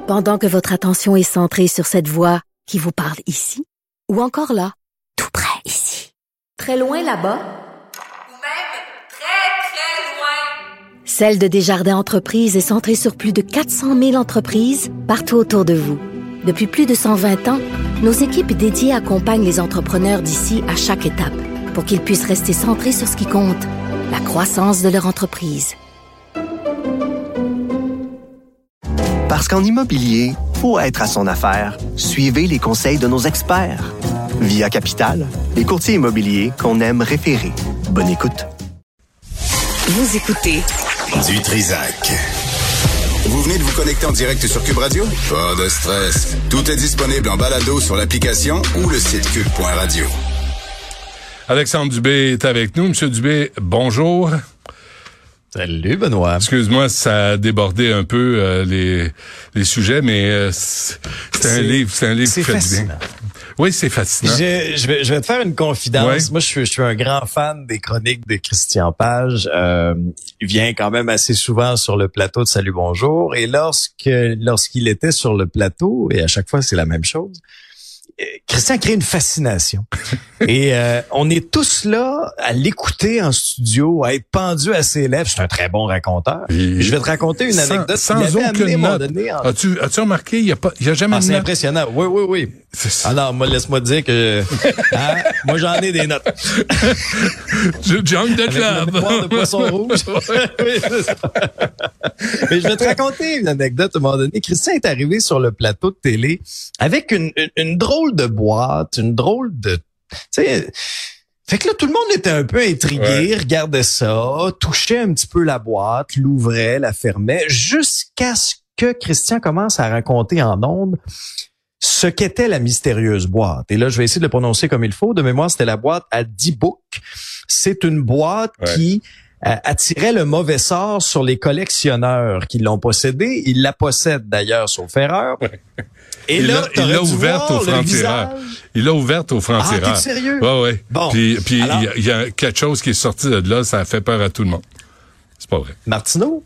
Pendant que votre attention est centrée sur cette voix qui vous parle ici, ou encore là, tout près ici, très loin là-bas, ou même très, très loin. Celle de Desjardins Entreprises est centrée sur plus de 400 000 entreprises partout autour de vous. Depuis plus de 120 ans, nos équipes dédiées accompagnent les entrepreneurs d'ici à chaque étape pour qu'ils puissent rester centrés sur ce qui compte, la croissance de leur entreprise. Parce qu'en immobilier, pour être à son affaire, suivez les conseils de nos experts. Via Capital, les courtiers immobiliers qu'on aime référer. Bonne écoute. Vous écoutez Du Trizac. Vous venez de vous connecter en direct sur Cube Radio? Pas de stress. Tout est disponible en balado sur l'application ou le site cube.radio. Alexandre Dubé est avec nous. Monsieur Dubé, bonjour. Salut Benoît. Excuse-moi, ça a débordé un peu les sujets, mais c'est un livre qui fait du bien. Oui, c'est fascinant. Je vais te faire une confidence. Ouais. Moi, je suis un grand fan des chroniques de Christian Page. Il vient quand même assez souvent sur le plateau de Salut Bonjour. Et lorsqu'il était sur le plateau, et à chaque fois c'est la même chose, Christian crée une fascination. Et on est tous là à l'écouter en studio, à être pendu à ses lèvres. C'est un très bon raconteur. Je vais te raconter une anecdote sans qu'il avait amené à un moment note. donné. As-tu remarqué, il y a jamais de C'est note. impressionnant. Oui. Alors, moi, laisse-moi te dire que moi, j'en ai des notes. Join the Avec club. une mémoire de poisson rouge. Oui, c'est ça. Mais je vais te raconter une anecdote. À un moment donné, Christian est arrivé sur le plateau de télé avec une drôle de boîte, une drôle de... Tu sais... Fait que là, tout le monde était un peu intrigué, regardait ça, touchait un petit peu la boîte, l'ouvrait, la fermait, jusqu'à ce que Christian commence à raconter en ondes ce qu'était la mystérieuse boîte. Et là, je vais essayer de le prononcer comme il faut. De mémoire, c'était la boîte à 10 books. C'est une boîte qui attirait le mauvais sort sur les collectionneurs qui l'ont possédée. Il la possède d'ailleurs, sauf erreur. Et il là, l'a ouverte au franc-tireur. Il l'a ouverte au franc-tireur. Ah, t'es sérieux? Ouais. Bon. Puis alors, il y a quelque chose qui est sorti de là, ça a fait peur à tout le monde. C'est pas vrai. Martineau?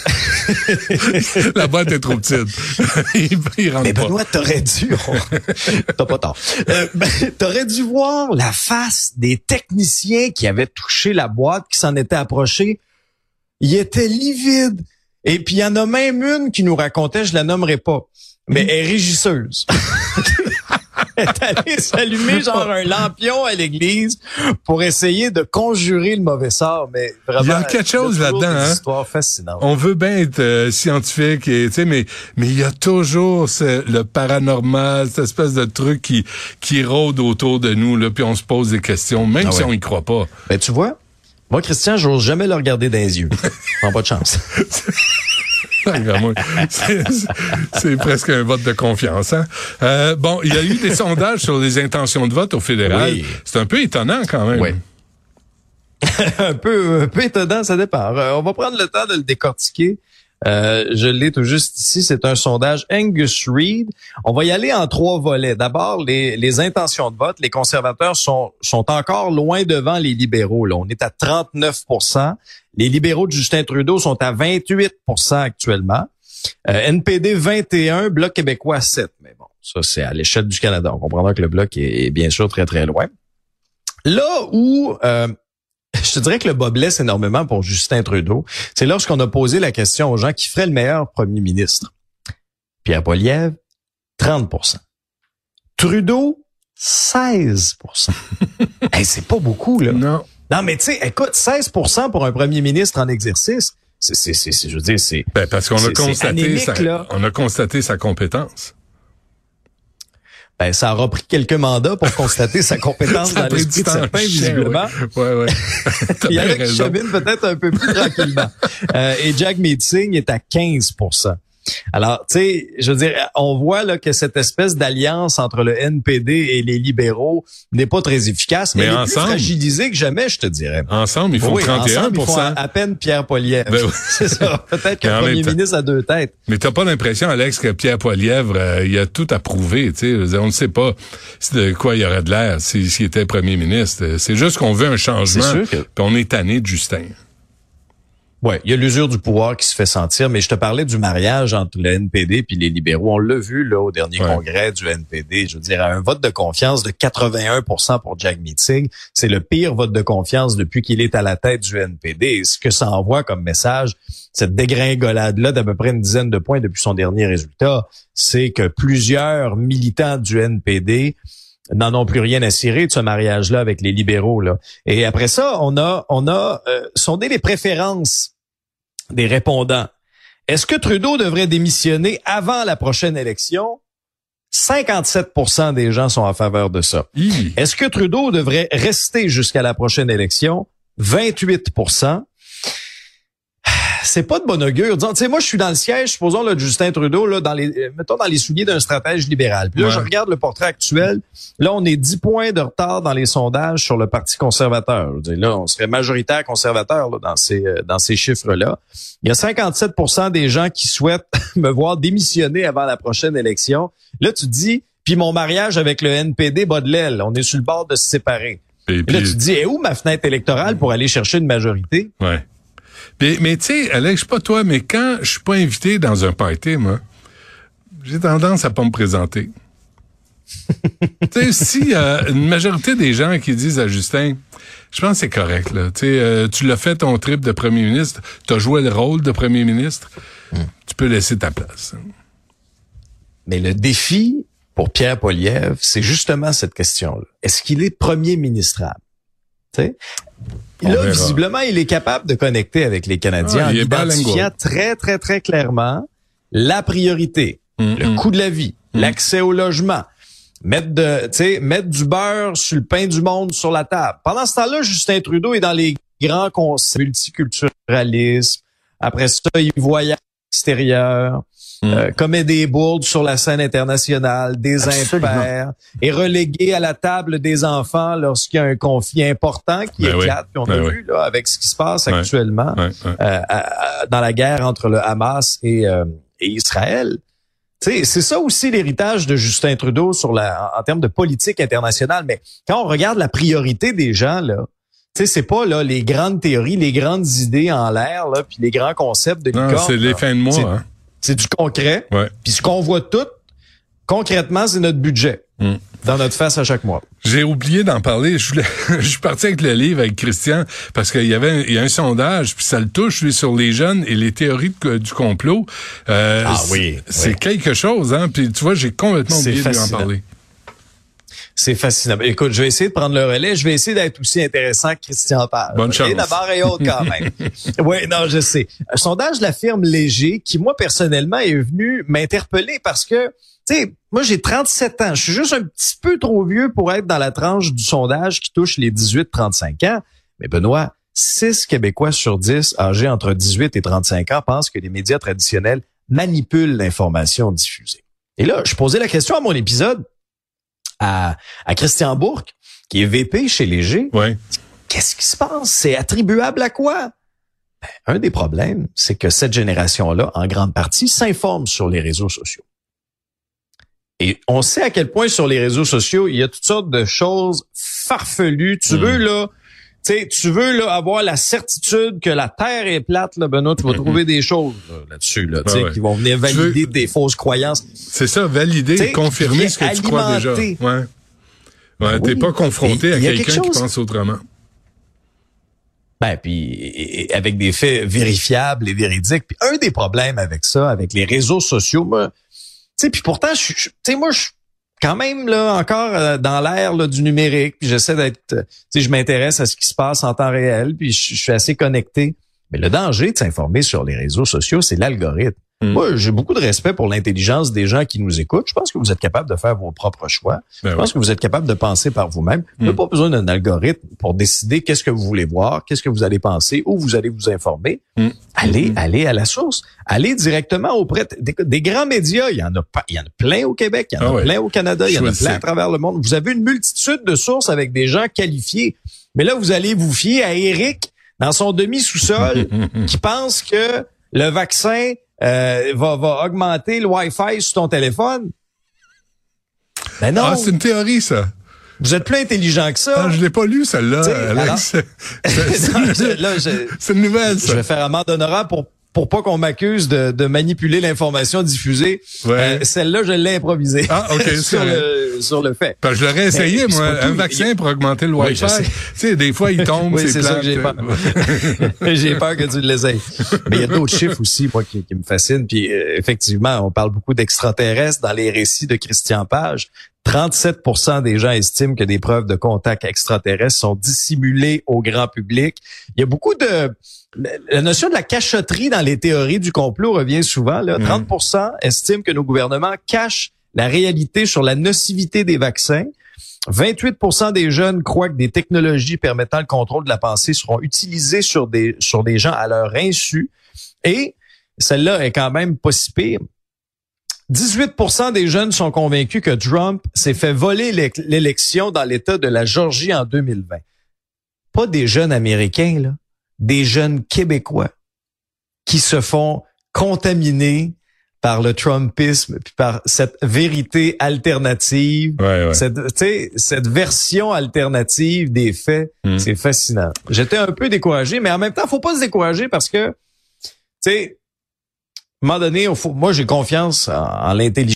La boîte est trop petite. il rentre Mais pas. Benoît, t'aurais dû... T'as pas tort. T'aurais dû voir la face des techniciens qui avaient touché la boîte, qui s'en étaient approchés. Ils étaient livides. Et puis, il y en a même une qui nous racontait, je la nommerai pas, mais elle est régisseuse. Elle est allée s'allumer genre un lampion à l'église pour essayer de conjurer le mauvais sort. Mais vraiment, il y a quelque chose là-dedans, hein. Histoire fascinante. On veut bien être scientifique, et tu sais, mais il y a toujours le paranormal, cette espèce de truc qui rôde autour de nous là, puis on se pose des questions, même si on y croit pas. Ben tu vois, moi Christian, j'ose jamais le regarder dans les yeux. Prends pas de chance. C'est presque un vote de confiance. Hein? Bon, il y a eu des sondages sur les intentions de vote au fédéral. Oui. C'est un peu étonnant quand même. Oui. un peu étonnant, ça dépend. On va prendre le temps de le décortiquer. Je l'ai tout juste ici. C'est un sondage Angus Reid. On va y aller en 3 volets. D'abord, les intentions de vote. Les conservateurs sont encore loin devant les libéraux. Là. On est à 39%. Les libéraux de Justin Trudeau sont à 28% actuellement. NPD 21, Bloc québécois 7. Mais bon, ça c'est à l'échelle du Canada. On comprendra que le Bloc est bien sûr très très loin. Là où je te dirais que le bas blesse énormément pour Justin Trudeau, c'est lorsqu'on a posé la question aux gens qui ferait le meilleur premier ministre. Pierre Poilievre, 30%. Détrudeau, 16%. Hey, c'est pas beaucoup, là. Non, mais tu sais, écoute, 16% pour un premier ministre en exercice, je veux dire, c'est... Ben, parce qu'on a constaté on a constaté sa compétence. Ben, ça aura pris quelques mandats pour constater sa compétence dans l'esprit de certains, visiblement. Ouais. Il y en a qui cheminent peut-être un peu plus tranquillement. Et Jack Meeting est à 15%. Alors, tu sais, je veux dire, on voit là que cette espèce d'alliance entre le NPD et les libéraux n'est pas très efficace, mais elle est plus fragilisée que jamais, je te dirais. Ensemble, ils font 31%. Ensemble, ils font à peine Pierre Poilievre. Ben, c'est ça. Peut-être qu'un premier ministre a 2 têtes. Mais t'as pas l'impression, Alex, que Pierre Poilievre, il a tout à prouver, tu sais. On ne sait pas de quoi il aurait de l'air s'il était premier ministre. C'est juste qu'on veut un changement, puis on est tanné de Justin. Ouais, il y a l'usure du pouvoir qui se fait sentir, mais je te parlais du mariage entre le NPD puis les libéraux. On l'a vu là au dernier congrès du NPD. Je veux dire, un vote de confiance de 81% pour Jack Meeting, c'est le pire vote de confiance depuis qu'il est à la tête du NPD. Et ce que ça envoie comme message, cette dégringolade-là d'à peu près une dizaine de points depuis son dernier résultat, c'est que plusieurs militants du NPD n'en ont plus rien à cirer de ce mariage-là avec les libéraux, là. Et après ça, on a sondé les préférences des répondants. Est-ce que Trudeau devrait démissionner avant la prochaine élection? 57% des gens sont en faveur de ça. Est-ce que Trudeau devrait rester jusqu'à la prochaine élection? 28%. C'est pas de bon augure. Tu sais, moi, je suis dans le siège, supposons, là, de Justin Trudeau, là, mettons dans les souliers d'un stratège libéral. Puis là, je regarde le portrait actuel. Là, on est 10 points de retard dans les sondages sur le Parti conservateur. Je veux dire, là, on serait majoritaire conservateur, là, dans ces chiffres-là. Il y a 57% des gens qui souhaitent me voir démissionner avant la prochaine élection. Là, tu te dis, puis mon mariage avec le NPD bat de l'aile. On est sur le bord de se séparer. Et là, tu te dis, où ma fenêtre électorale pour aller chercher une majorité? Ouais. Mais tu sais, Alex, je sais pas toi, mais quand je suis pas invité dans un party, moi, j'ai tendance à pas me présenter. Tu sais, si une majorité des gens qui disent à Justin, je pense que c'est correct, là. Tu sais, tu l'as fait ton trip de premier ministre, t'as joué le rôle de premier ministre, tu peux laisser ta place. Mais le défi pour Pierre Poilievre, c'est justement cette question-là. Est-ce qu'il est premier ministrable? Tu sais? Là, visiblement, il est capable de connecter avec les Canadiens en identifiant très, très, très clairement la priorité, le coût de la vie, l'accès au logement, mettre du beurre sur le pain du monde sur la table. Pendant ce temps-là, Justin Trudeau est dans les grands concepts multiculturalisme. Après ça, il voyage à l'extérieur. Commet des bourdes sur la scène internationale, des impairs, est relégué à la table des enfants lorsqu'il y a un conflit important qui éclate. Puis on a vu là avec ce qui se passe actuellement dans la guerre entre le Hamas et Israël. C'est ça aussi l'héritage de Justin Trudeau en termes de politique internationale. Mais quand on regarde la priorité des gens là, c'est pas là les grandes théories, les grandes idées en l'air là, puis les grands concepts de licorne. Non, c'est les fins de mois. Hein. C'est du concret. Puis ce qu'on voit tout, concrètement, c'est notre budget dans notre face à chaque mois. J'ai oublié d'en parler. Je suis parti avec le livre avec Christian parce qu'il y a un sondage, puis ça le touche, lui, sur les jeunes et les théories du complot. C'est quelque chose, hein. Puis tu vois, j'ai complètement oublié de lui en parler. C'est fascinant. Écoute, je vais essayer de prendre le relais. Je vais essayer d'être aussi intéressant que Christian parle. Bonne chance. La barre est haute quand même. Oui, non, je sais. Un sondage de la firme Léger qui, moi, personnellement, est venu m'interpeller parce que, tu sais, moi, j'ai 37 ans. Je suis juste un petit peu trop vieux pour être dans la tranche du sondage qui touche les 18-35 ans. Mais Benoît, 6 Québécois sur 10 âgés entre 18 et 35 ans pensent que les médias traditionnels manipulent l'information diffusée. Et là, je posais la question à mon épisode à Christian Bourque, qui est VP chez Léger. Qu'est-ce qui se passe? C'est attribuable à quoi? Un des problèmes, c'est que cette génération-là, en grande partie, s'informe sur les réseaux sociaux. Et on sait à quel point sur les réseaux sociaux, il y a toutes sortes de choses farfelues. Tu veux là avoir la certitude que la Terre est plate, là, Benoît, tu vas trouver des choses là-dessus, là, qui vont venir valider des fausses croyances. C'est ça, valider, confirmer ce que tu crois déjà. T'es pas confronté à quelqu'un qui pense autrement. Puis avec des faits vérifiables et véridiques. Puis un des problèmes avec ça, avec les réseaux sociaux, moi, puis pourtant, je suis quand même là encore dans l'ère là, du numérique, puis j'essaie d'être, je m'intéresse à ce qui se passe en temps réel, puis je suis assez connecté. Mais le danger de s'informer sur les réseaux sociaux, c'est l'algorithme. Moi, j'ai beaucoup de respect pour l'intelligence des gens qui nous écoutent. Je pense que vous êtes capable de faire vos propres choix. Je pense que vous êtes capable de penser par vous-même. Vous n'avez pas besoin d'un algorithme pour décider qu'est-ce que vous voulez voir, qu'est-ce que vous allez penser, où vous allez vous informer. Allez à la source. Allez directement auprès des grands médias. Il y en a plein au Québec, il y en a plein au Canada, il y en a plein à travers le monde. Vous avez une multitude de sources avec des gens qualifiés. Mais là, vous allez vous fier à Eric dans son demi-sous-sol qui pense que le vaccin va augmenter le Wi-Fi sur ton téléphone. Ben non. C'est une théorie, ça. Vous êtes plus intelligent que ça. Ah, je l'ai pas lu, celle-là, Alex. C'est une nouvelle, ça. Je vais faire amende honorable pour pas qu'on m'accuse de manipuler l'information diffusée. Ouais. Celle-là, je l'ai improvisée. Ah, OK. sur le fait. Ben, je l'aurais essayé, moi, un vaccin pour augmenter le Wi-Fi. Tu sais, des fois, il tombe, oui, c'est plate. ça que j'ai peur. J'ai peur que tu l'essayes. Mais il y a d'autres chiffres aussi, moi, qui me fascinent. Puis, effectivement, on parle beaucoup d'extraterrestres dans les récits de Christian Page. 37% des gens estiment que des preuves de contact extraterrestre sont dissimulées au grand public. Il y a beaucoup de... La notion de la cachotterie dans les théories du complot revient souvent. Là. 30% estiment que nos gouvernements cachent la réalité sur la nocivité des vaccins. 28% des jeunes croient que des technologies permettant le contrôle de la pensée seront utilisées sur des gens à leur insu. Et celle-là est quand même pas si pire. 18% des jeunes sont convaincus que Trump s'est fait voler l'élection dans l'État de la Georgie en 2020. Pas des jeunes Américains, là, des jeunes Québécois qui se font contaminer par le Trumpisme puis par cette vérité alternative, cette version alternative des faits. C'est fascinant. J'étais un peu découragé, mais en même temps, faut pas se décourager parce que, tu sais, à un moment donné, moi, j'ai confiance en l'intelligence.